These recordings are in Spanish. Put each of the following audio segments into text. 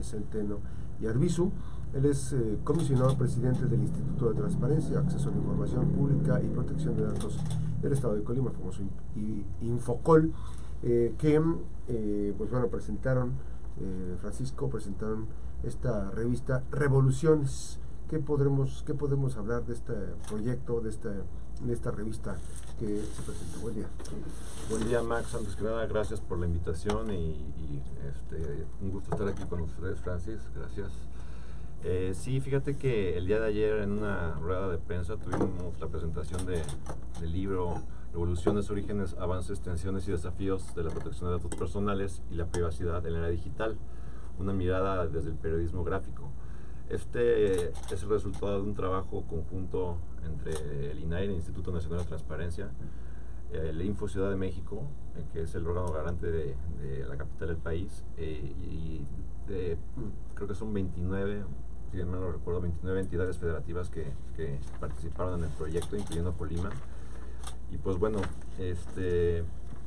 Centeno y Arbizu. Él es comisionado presidente del Instituto de Transparencia, Acceso a la Información Pública y Protección de Datos del Estado de Colima, famoso Infocol, que pues bueno, presentaron esta revista Revoluciones. ¿Qué podemos hablar de este proyecto, de esta revista que se presentó? Buen día. Buen día, Max. Antes que nada, gracias por la invitación y un gusto estar aquí con ustedes, Francis. Gracias. Sí, fíjate que el día de ayer en una rueda de prensa tuvimos la presentación del libro Revoluciones, Orígenes, Avances, Tensiones y Desafíos de la Protección de Datos Personales y la Privacidad en la Era Digital, una mirada desde el periodismo gráfico. Este es el resultado de un trabajo conjunto entre el INAI, el Instituto Nacional de Transparencia, el Info Ciudad de México, que es el órgano garante de la capital del país, y creo que son 29, si bien no recuerdo, 29 entidades federativas que participaron en el proyecto, incluyendo Colima. Y pues bueno, este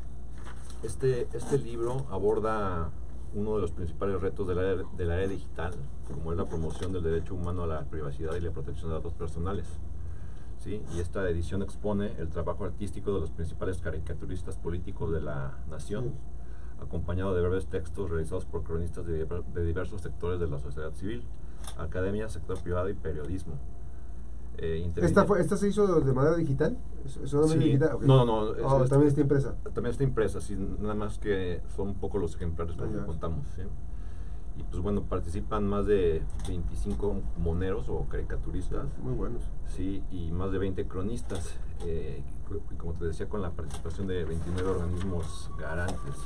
libro aborda uno de los principales retos de la era digital, como es la promoción del derecho humano a la privacidad y la protección de datos personales. ¿Sí? Y esta edición expone el trabajo artístico de los principales caricaturistas políticos de la nación, acompañado de breves textos realizados por cronistas de diversos sectores de la sociedad civil, academia, sector privado y periodismo. ¿Esta se hizo de manera digital? Sí. Digital? Okay. No, también está impresa. También está impresa, sí, nada más que son un poco los ejemplares que contamos, ¿sí? Y pues bueno, participan más de 25 moneros o caricaturistas. Muy buenos. Sí, y más de 20 cronistas, como te decía, con la participación de 29 organismos garantes.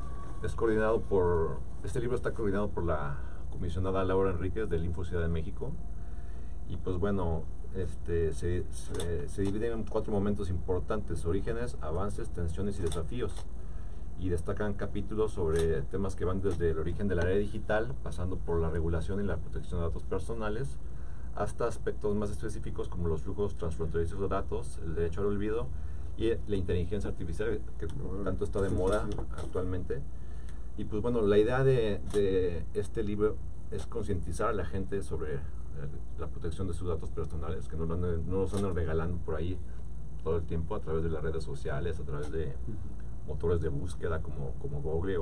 Este libro está coordinado por la comisionada Laura Enríquez del Info Ciudad de México. Y pues bueno, se divide en 4 momentos importantes: orígenes, avances, tensiones y desafíos. Y destacan capítulos sobre temas que van desde el origen de la era digital, pasando por la regulación y la protección de datos personales, hasta aspectos más específicos como los flujos transfronterizos de datos, el derecho al olvido y la inteligencia artificial, que tanto está de moda actualmente. Y pues bueno, la idea de este libro es concientizar a la gente sobre la protección de sus datos personales, que no los andan regalando por ahí todo el tiempo a través de las redes sociales, a través de motores de búsqueda como Google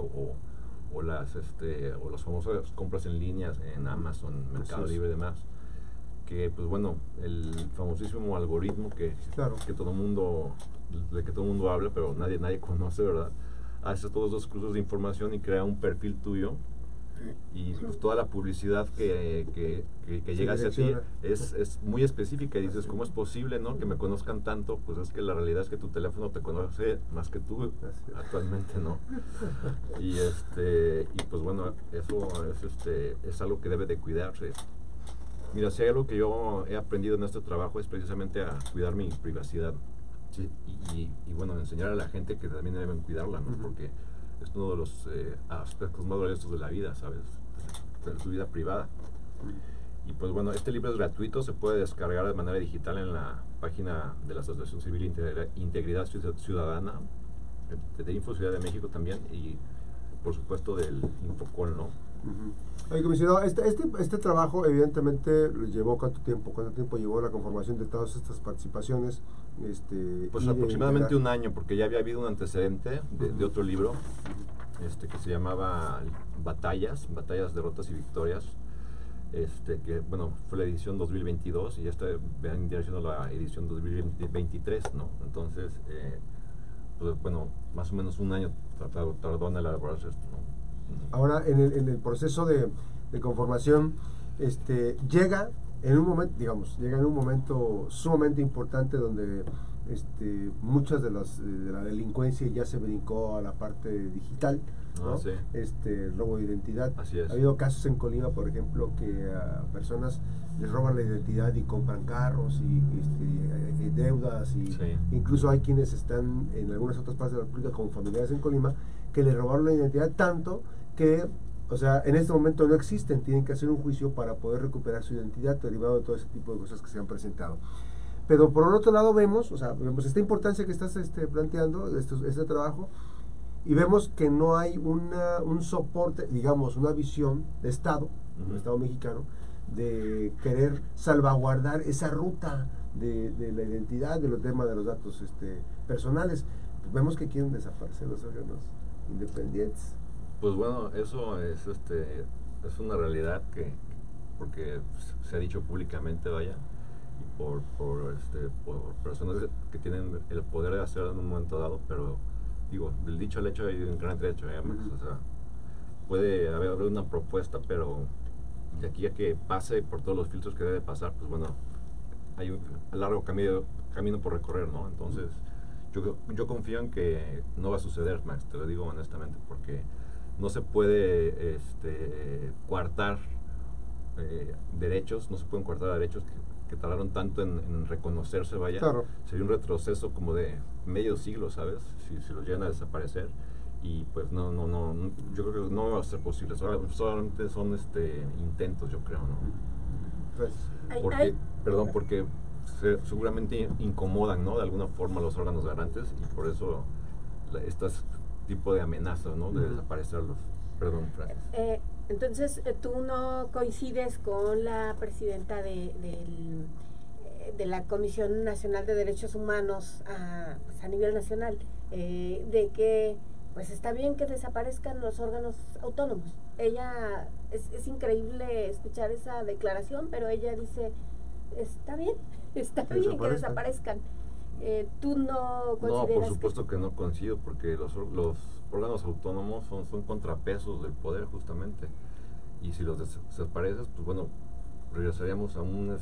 o las famosas compras en línea en Amazon, Mercado Libre y demás, que pues bueno, el famosísimo algoritmo de que todo el mundo habla, pero nadie conoce, ¿verdad? Hace todos esos cruces de información y crea un perfil tuyo, y pues toda la publicidad que llega hacia ti es muy específica, y dices, ¿cómo es posible, no, que me conozcan tanto? Pues es que la realidad es que tu teléfono te conoce más que tú actualmente, ¿no? Y pues bueno, eso es algo que debe de cuidarse. Mira, si hay algo que yo he aprendido en este trabajo es precisamente a cuidar mi privacidad, ¿sí? Y bueno, enseñar a la gente que también deben cuidarla, ¿no? Porque es uno de los aspectos más valiosos de la vida, ¿sabes? De su vida privada. Y pues bueno, este libro es gratuito, se puede descargar de manera digital en la página de la Asociación Civil Integridad Ciudadana, de Info Ciudad de México también, y por supuesto del Infocol, ¿no? Oye, comisionado, este trabajo evidentemente llevó ¿cuánto tiempo llevó la conformación de todas estas participaciones? Pues aproximadamente un año, porque ya había habido un antecedente de otro libro que se llamaba Batallas, Derrotas y Victorias, que bueno, fue la edición 2022 y ya está en dirección a la edición 2023, ¿no? Entonces, pues bueno, más o menos un año tardó en elaborarse esto, ¿no? Ahora, en el proceso de conformación, llega en un momento sumamente importante donde muchas de la delincuencia ya se brincó a la parte digital, ¿no? Sí. El robo de identidad. Así es. Ha habido casos en Colima, por ejemplo, que a personas les roban la identidad y compran carros y deudas, y incluso hay quienes están en algunas otras partes de la República con familiares en Colima que le robaron la identidad tanto que, o sea, en este momento no existen, tienen que hacer un juicio para poder recuperar su identidad derivado de todo ese tipo de cosas que se han presentado. Pero por el otro lado vemos esta importancia que estás planteando, este trabajo, y vemos que no hay un soporte, digamos, una visión de Estado, un Estado mexicano, de querer salvaguardar esa ruta de la identidad, de los temas de los datos personales. Vemos que quieren desaparecer los órganos independientes. Pues bueno, eso es una realidad porque se ha dicho públicamente, vaya, y por personas que tienen el poder de hacerlo en un momento dado, pero digo, del dicho al hecho hay un gran trecho, o sea, puede haber una propuesta, pero de aquí a que pase por todos los filtros que debe pasar, pues bueno, hay un largo camino por recorrer, ¿no? Entonces, yo confío en que no va a suceder, Max, te lo digo honestamente, porque no se puede coartar derechos, no se pueden coartar derechos que tardaron tanto en reconocerse, vaya. Claro. Sería un retroceso como de medio siglo, ¿sabes? Si los llegan a desaparecer. Y pues no, yo creo que no va a ser posible, solamente son intentos, yo creo, ¿no? Porque seguramente incomodan, ¿no? De alguna forma los órganos garantes, y por eso estas tipo de amenazas, ¿no? De desaparecerlos. Perdón, Francis. Entonces, ¿tú no coincides con la presidenta de la Comisión Nacional de Derechos Humanos a nivel nacional, de que pues está bien que desaparezcan los órganos autónomos? Ella, es increíble escuchar esa declaración, pero ella dice, está bien que desaparezcan. ¿Tú no consideras? No, por supuesto que no coincido, porque los órganos autónomos son contrapesos del poder, justamente, y si los desapareces, pues bueno, regresaríamos a un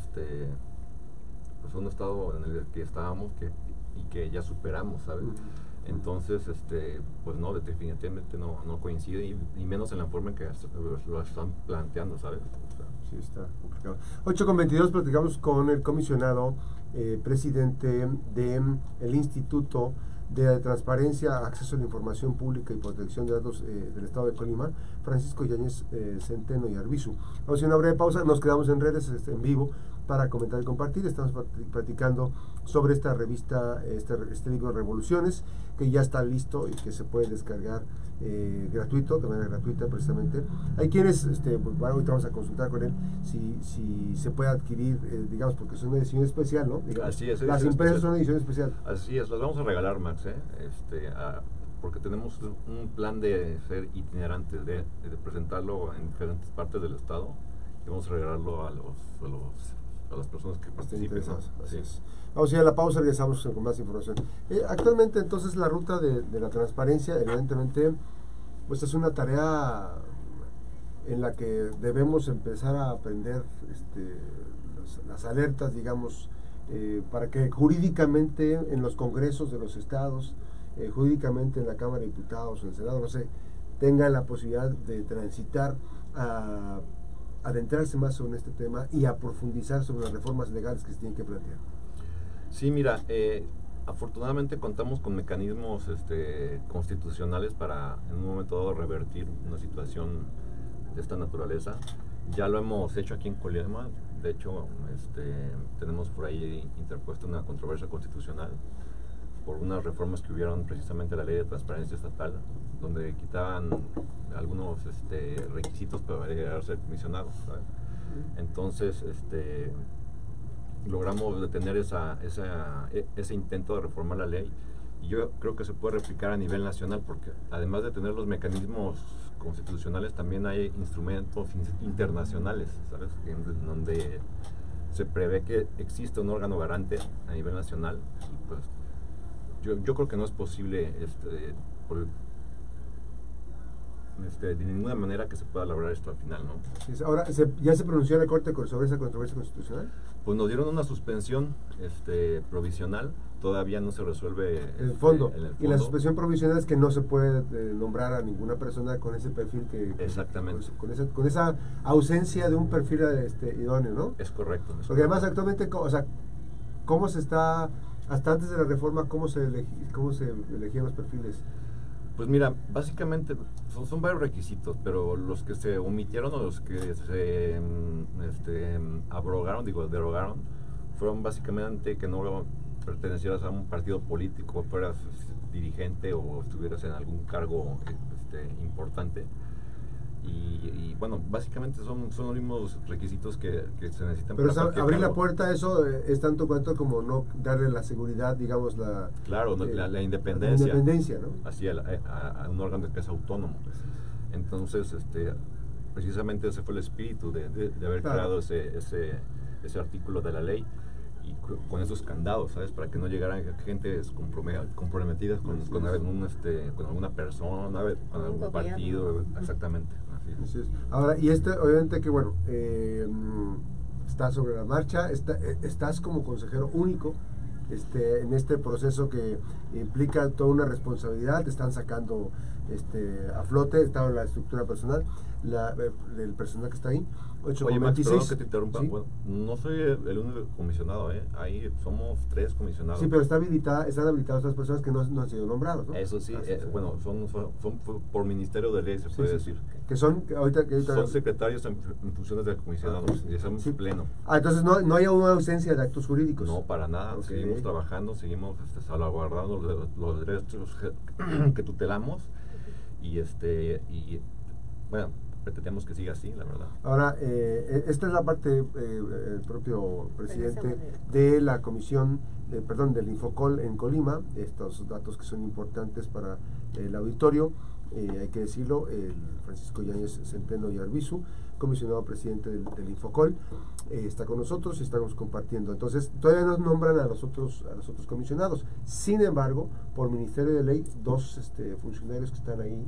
estado en el que estábamos y que ya superamos, ¿sabes? Entonces, pues no, definitivamente no coincide, y menos en la forma en que lo están planteando, ¿sabes? O sea, sí, está complicado. 8:22, platicamos con el comisionado presidente del Instituto de Transparencia, Acceso a la Información Pública y Protección de Datos del Estado de Colima, Francisco Yáñez Centeno y Arbizu. Vamos a hacer una breve pausa, nos quedamos en redes en vivo para comentar y compartir. Estamos platicando sobre esta revista, este libro Revoluciones, que ya está listo y que se puede descargar gratuito, de manera gratuita precisamente. Hay quienes, bueno, ahorita vamos a consultar con él si se puede adquirir, digamos, porque es una edición especial, ¿no? Digamos, así es. Las impresas son una edición especial. Así es, las vamos a regalar, Max, porque tenemos un plan de ser itinerantes, de presentarlo en diferentes partes del estado, y vamos a regalarlo a las personas que participen, ¿no? Así es. Vamos a ir a la pausa, regresamos con más información. Actualmente, entonces, la ruta de la transparencia, evidentemente, pues es una tarea en la que debemos empezar a aprender las alertas, digamos, para que jurídicamente en los congresos de los estados, jurídicamente en la Cámara de Diputados, en el Senado, no sé, tengan la posibilidad de transitar a adentrarse más en este tema y a profundizar sobre las reformas legales que se tienen que plantear. Sí, mira, afortunadamente contamos con mecanismos constitucionales para en un momento dado revertir una situación de esta naturaleza. Ya lo hemos hecho aquí en Colima. De hecho, tenemos por ahí interpuesta una controversia constitucional por unas reformas que hubieron precisamente a la Ley de Transparencia Estatal, donde quitaban algunos requisitos para llegar a ser comisionado, ¿sabes? Entonces, logramos detener ese intento de reformar la ley, y yo creo que se puede replicar a nivel nacional, porque además de tener los mecanismos constitucionales, también hay instrumentos internacionales, ¿sabes? En donde se prevé que existe un órgano garante a nivel nacional, y pues yo creo que no es posible de ninguna manera que se pueda lograr esto al final, ¿no? Ahora, ¿ya se pronunció la Corte sobre esa controversia constitucional? Pues nos dieron una suspensión provisional, todavía no se resuelve el fondo. Y la suspensión provisional es que no se puede nombrar a ninguna persona con ese perfil exactamente. Con esa ausencia de un perfil idóneo, ¿no? Es correcto. Porque además actualmente, o sea, ¿cómo se está, hasta antes de la reforma, cómo se elegían los perfiles? Pues mira, básicamente son varios requisitos, pero los que se omitieron o los que se derogaron, fueron básicamente que no pertenecieras a un partido político, fueras dirigente o estuvieras en algún cargo importante. Y bueno, básicamente son los mismos requisitos que se necesitan. Pero para abrir cargo. la puerta, eso es tanto cuanto como no darle la seguridad, digamos, Claro, la independencia. La independencia, ¿no? Así, a un órgano que es autónomo. Entonces, precisamente ese fue el espíritu de haber creado ese artículo de la ley, y con esos candados, ¿sabes? Para que no llegaran gentes comprometidas con alguna persona, con algún partido, exactamente. Así es. Ahora, y obviamente que bueno, está sobre la marcha, estás como consejero único en este proceso que implica toda una responsabilidad. Te están sacando a flote, está en la estructura personal, del personal que está ahí. Oye, Max, perdón que te interrumpa. ¿Sí? Bueno, no soy el único comisionado, ahí somos 3 comisionados. Sí, pero están habilitadas otras personas que no han sido nombrados, ¿no? Eso sí, bueno, son por Ministerio de Ley, se puede decir. Que son, ahorita son secretarios en funciones de comisionados, y estamos pleno. Entonces no hay una ausencia de actos jurídicos. No, para nada. Okay. Seguimos trabajando, seguimos salvaguardando los derechos que tutelamos, y bueno, pretendemos que siga así, la verdad. Ahora, esta es la parte, el propio presidente de la comisión, del Infocol en Colima, estos datos que son importantes para el auditorio, hay que decirlo, el Francisco Yáñez Centeno y Arbizu, comisionado presidente del Infocol, está con nosotros y estamos compartiendo. Entonces, todavía nos nombran a los otros comisionados. Sin embargo, por Ministerio de Ley, 2 funcionarios que están ahí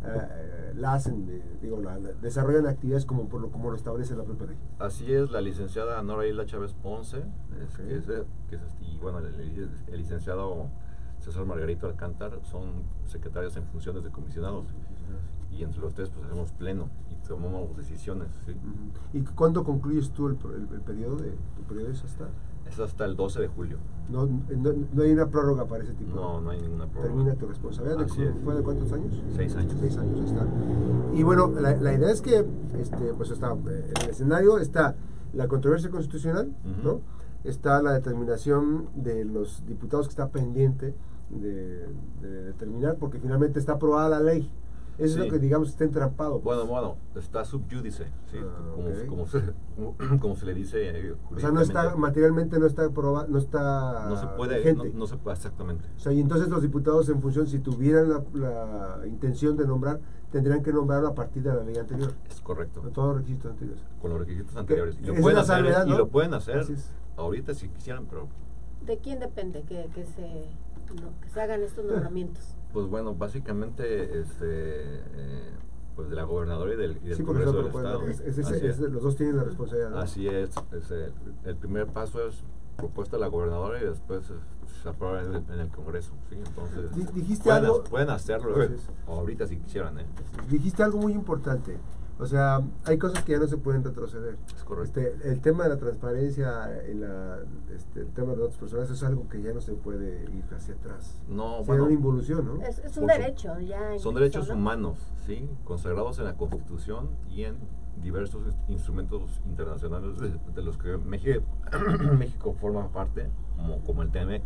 desarrollan actividades como lo establece la propia ley. Así es, la licenciada Nora Hilda Chávez Ponce, y bueno, el licenciado César Margarito Alcántar son secretarios en funciones de comisionados, y entre los 3 pues hacemos pleno y tomamos decisiones, ¿sí? ¿Y cuándo concluyes tú el periodo? ¿Tu periodo es hasta? Es hasta el 12 de julio. No hay una prórroga para ese tipo. No hay ninguna prórroga. Termina tu responsabilidad. ¿Fue de cuántos años? 6 años. 6 años, está. Y bueno, la idea es que pues está en el escenario, está la controversia constitucional, ¿no? Está la determinación de los diputados que está pendiente de determinar, porque finalmente está aprobada la ley. Eso es lo que, digamos, está entrampado. Pues. Bueno, está subjudice, ¿sí? Como se le dice. O sea, no está, materialmente no está aprobado, no se puede, no se puede, exactamente. O sea, y entonces los diputados, en función, si tuvieran la intención de nombrar, tendrían que nombrarlo a partir de la ley anterior. Es correcto. Con todos los requisitos anteriores. Con los requisitos anteriores. Y lo pueden hacer ahorita si quisieran, pero... ¿De quién depende que se hagan estos nombramientos? Pues bueno, básicamente pues de la gobernadora y del Congreso del Estado. Los dos tienen la responsabilidad, ¿no? Así es. El primer paso es propuesta de la gobernadora y después se aprueba en el Congreso, ¿sí? Entonces dijiste algo, pueden hacerlo ahorita si quisieran, Dijiste algo muy importante. O sea, hay cosas que ya no se pueden retroceder. Es correcto. El tema de la transparencia y el tema de los datos personales es algo que ya no se puede ir hacia atrás. No, bueno, una involución, ¿no? Es un derecho ya. Son derechos humanos, ¿sí? Consagrados en la Constitución y en diversos instrumentos internacionales de los que México forma parte, como el TEMEC.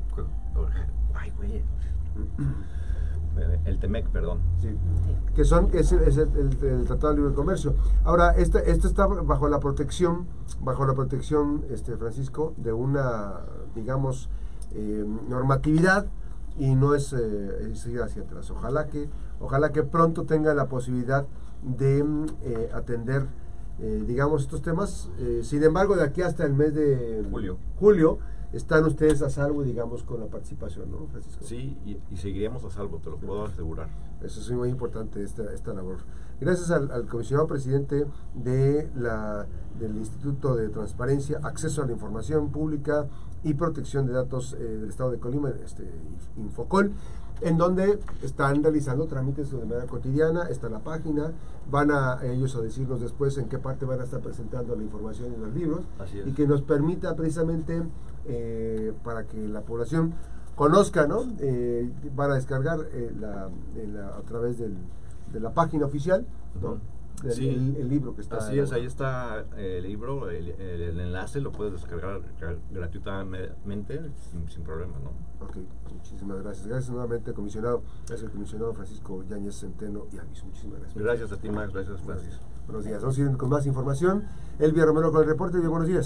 El TEMEC, perdón. Sí. Que es el Tratado de Libre Comercio. Ahora, esto está bajo la protección, Francisco, de una, digamos, normatividad, y no es seguir hacia atrás. Ojalá que pronto tenga la posibilidad de atender, digamos, estos temas. Sin embargo, de aquí hasta el mes de julio están ustedes a salvo, digamos, con la participación, ¿no, Francisco? Sí, y seguiríamos a salvo, te lo puedo asegurar. Eso es muy importante, esta labor. Gracias al comisionado presidente del Instituto de Transparencia, Acceso a la Información Pública y Protección de Datos del Estado de Colima, Infocol, en donde están realizando trámites de manera cotidiana. Está la página, van a ellos a decirnos después en qué parte van a estar presentando la información en los libros, y que nos permita precisamente para que la población conozca, ¿no? Van a descargar a través de la página oficial, ¿no? el libro que está. Así es, ahí está el libro, el enlace, lo puedes descargar gratuitamente sin problema, ¿no? Ok, muchísimas gracias. Gracias nuevamente, comisionado. Gracias al comisionado Francisco Yáñez Centeno y Aviso. Muchísimas gracias. Gracias a ti, Max. Gracias, Francis. Buenos días. Vamos a ir con más información. Elvia Romero con el reporte. Buenos días.